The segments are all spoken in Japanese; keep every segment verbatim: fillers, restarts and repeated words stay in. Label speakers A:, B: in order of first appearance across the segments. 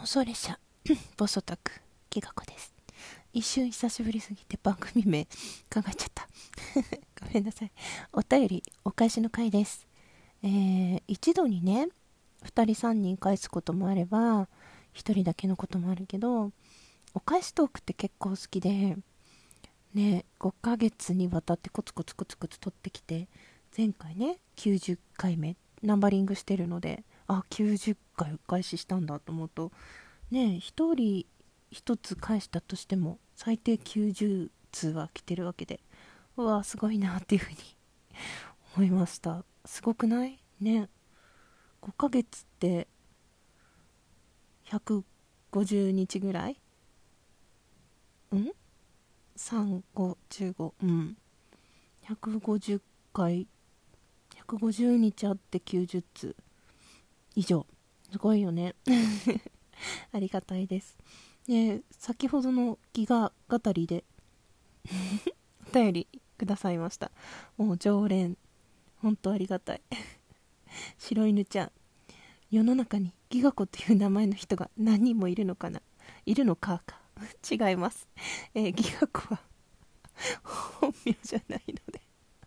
A: 妄想列車ボソタクギガ子です。一瞬久しぶりすぎて番組名考えちゃったごめんなさい。お便りお返しの回です。えー、一度にねふたりさんにん返すこともあればひとりだけのこともあるけど、お返しトークって結構好きでね、ごかげつにわたってコツコツコツコツ取ってきて、前回ねきゅうじゅっかいめナンバリングしてるので、あきゅうじゅっかいお返ししたんだと思うとね、ひとりひとつ返したとしても最低きゅうじゅうつうは来てるわけで、うわすごいなっていうふうに思いました。すごくないね。ごかげつってひゃくごじゅうにちぐらいんさん、ご、じゅうご、うん。ひゃくごじゅっかい、ひゃくごじゅうにちあってきゅうじゅっつう以上。すごいよね。ありがたいです。ね、先ほどのギガ語りでお便りくださいました。もう常連。本当ありがたい。白犬ちゃん。世の中にギガ子という名前の人が何人もいるのかないるのかか違います、えー、ギガ子は本名じゃないので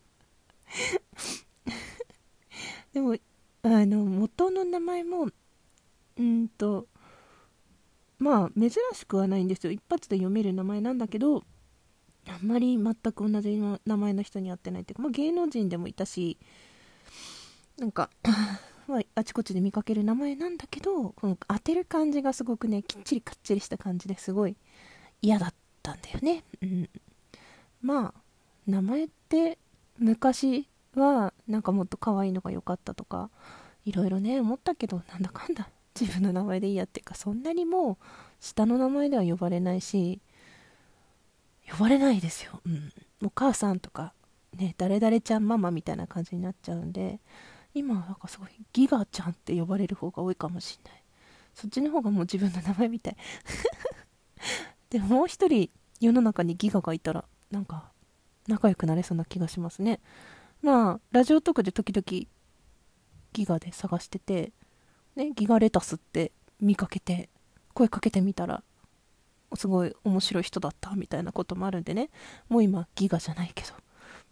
A: でもあの元の名前もうんとまあ珍しくはないんですよ。一発で読める名前なんだけど、あんまり全く同じ名前の人に会ってないっていうか、まあ、芸能人でもいたし、なんかまあ、あちこちで見かける名前なんだけど、この当てる感じがすごくねきっちりかっちりした感じですごい嫌だったんだよね、うん、まあ名前って昔はなんかもっと可愛いのが良かったとかいろいろね思ったけど、なんだかんだ自分の名前でいいやっていうか、そんなにもう下の名前では呼ばれないし呼ばれないですよ、うん、お母さんとかね誰々ちゃんママみたいな感じになっちゃうんで、今はなんかすごいギガちゃんって呼ばれる方が多いかもしれない。そっちの方がもう自分の名前みたいでももう一人世の中にギガがいたらなんか仲良くなれそうな気がしますね。まあラジオトークで時々ギガで探してて、ね、ギガレタスって見かけて声かけてみたらすごい面白い人だったみたいなこともあるんでね、もう今ギガじゃないけど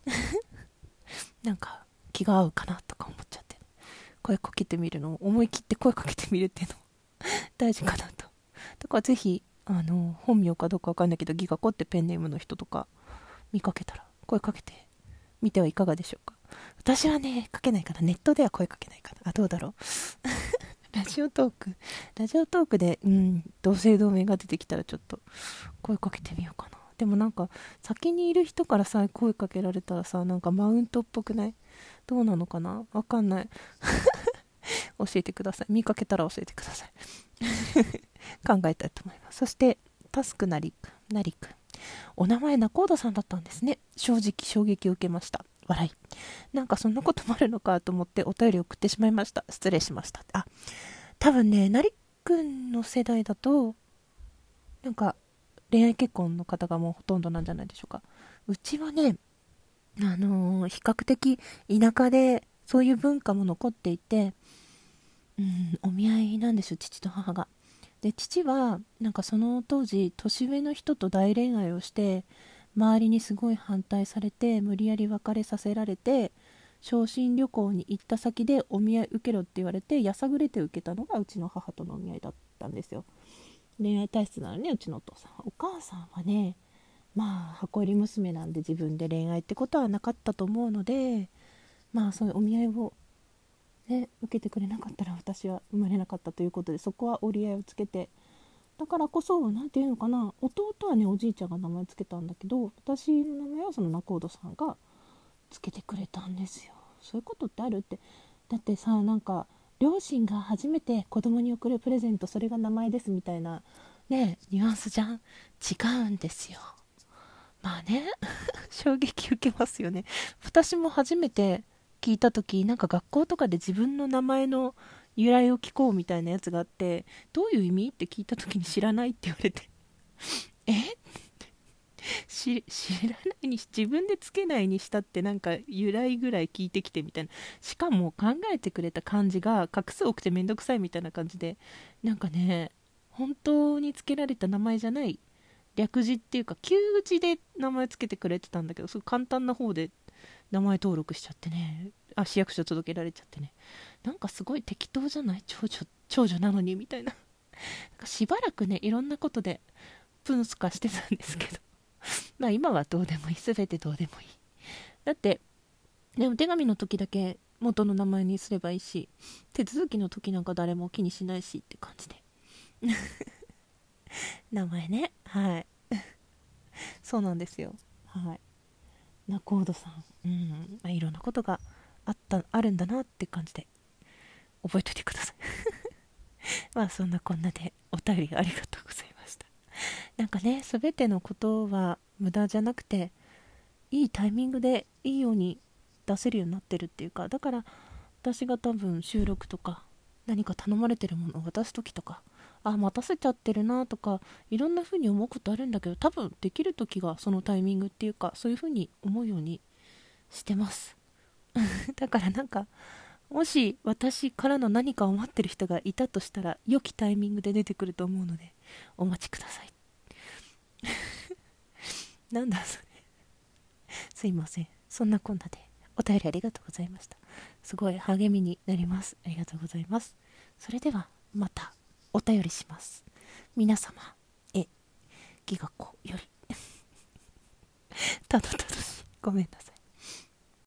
A: なんか気が合うかなとか思っちゃって、声かけてみるの思い切って声かけてみるっていうの大事かなと。だからぜひあの本名かどうかわかんないけどギガ子ってペンネームの人とか見かけたら声かけてみてはいかがでしょうか。私はねかけないかな、ネットでは声かけないかな、あどうだろうラジオトークラジオトークでうん同姓同名が出てきたらちょっと声かけてみようかな。でもなんか先にいる人からさ声かけられたらさ、なんかマウントっぽくない？どうなのかな、わかんない教えてください。見かけたら教えてください考えたいと思います。そしてタスクなりくんなりくん、お名前仲人さんだったんですね。正直衝撃を受けました。笑い。なんかそんなこともあるのかと思ってお便り送ってしまいました。失礼しました。あ、多分ねなりくんの世代だとなんか恋愛結婚の方がもうほとんどなんじゃないでしょうか。うちはねあのー、比較的田舎でそういう文化も残っていて、うん、お見合いなんですよ、父と母が。で父はなんかその当時年上の人と大恋愛をして周りにすごい反対されて無理やり別れさせられて、昇進旅行に行った先でお見合い受けろって言われてやさぐれて受けたのがうちの母とのお見合いだったんですよ。恋愛体質なのね、うちのお父さん。お母さんはねまあ箱入り娘なんで自分で恋愛ってことはなかったと思うので、まあそういうお見合いをね、受けてくれなかったら私は生まれなかったということで、そこは折り合いをつけて、だからこそなんていうのかな、弟はねおじいちゃんが名前つけたんだけど、私の名前はその仲人さんがつけてくれたんですよ。そういうことってあるって。だってさ、なんか両親が初めて子供に贈るプレゼントそれが名前ですみたいなねニュアンスじゃん。違うんですよ。まあね衝撃受けますよね。私も初めて聞いた時なんか学校とかで自分の名前の由来を聞こうみたいなやつがあって、どういう意味って聞いた時に知らないって言われてえ知らないにし自分でつけないにしたってなんか由来ぐらい聞いてきてみたいな。しかも考えてくれた漢字が画数多くてめんどくさいみたいな感じで、なんかね本当につけられた名前じゃない略字っていうか旧字で名前つけてくれてたんだけど、すごい簡単な方で名前登録しちゃってね、あ市役所届けられちゃってね、なんかすごい適当じゃない、長女長女なのにみたいな、なんかしばらくねいろんなことでプンスカしてたんですけどまあ今はどうでもいい、全てどうでもいい。だってでも手紙の時だけ元の名前にすればいいし、手続きの時なんか誰も気にしないしって感じで名前ね、はいそうなんですよ。はい。ナコードさん、うん、まあ、いろんなことがあったあるんだなって感じで覚えておいてくださいまあそんなこんなでお便りありがとうございました。なんかね、すべてのことは無駄じゃなくて、いいタイミングでいいように出せるようになってるっていうか、だから私が多分収録とか何か頼まれてるものを渡す時とか、あ待たせちゃってるなとかいろんな風に思うことあるんだけど、多分できる時がそのタイミングっていうか、そういう風に思うようにしてますだからなんか、もし私からの何かを待ってる人がいたとしたら、良きタイミングで出てくると思うのでお待ちくださいなんだそれすいません。そんなこんなでお便りありがとうございました。すごい励みになります。ありがとうございます。それではまたお便りします。皆様へギガ子よりただただしごめんなさい。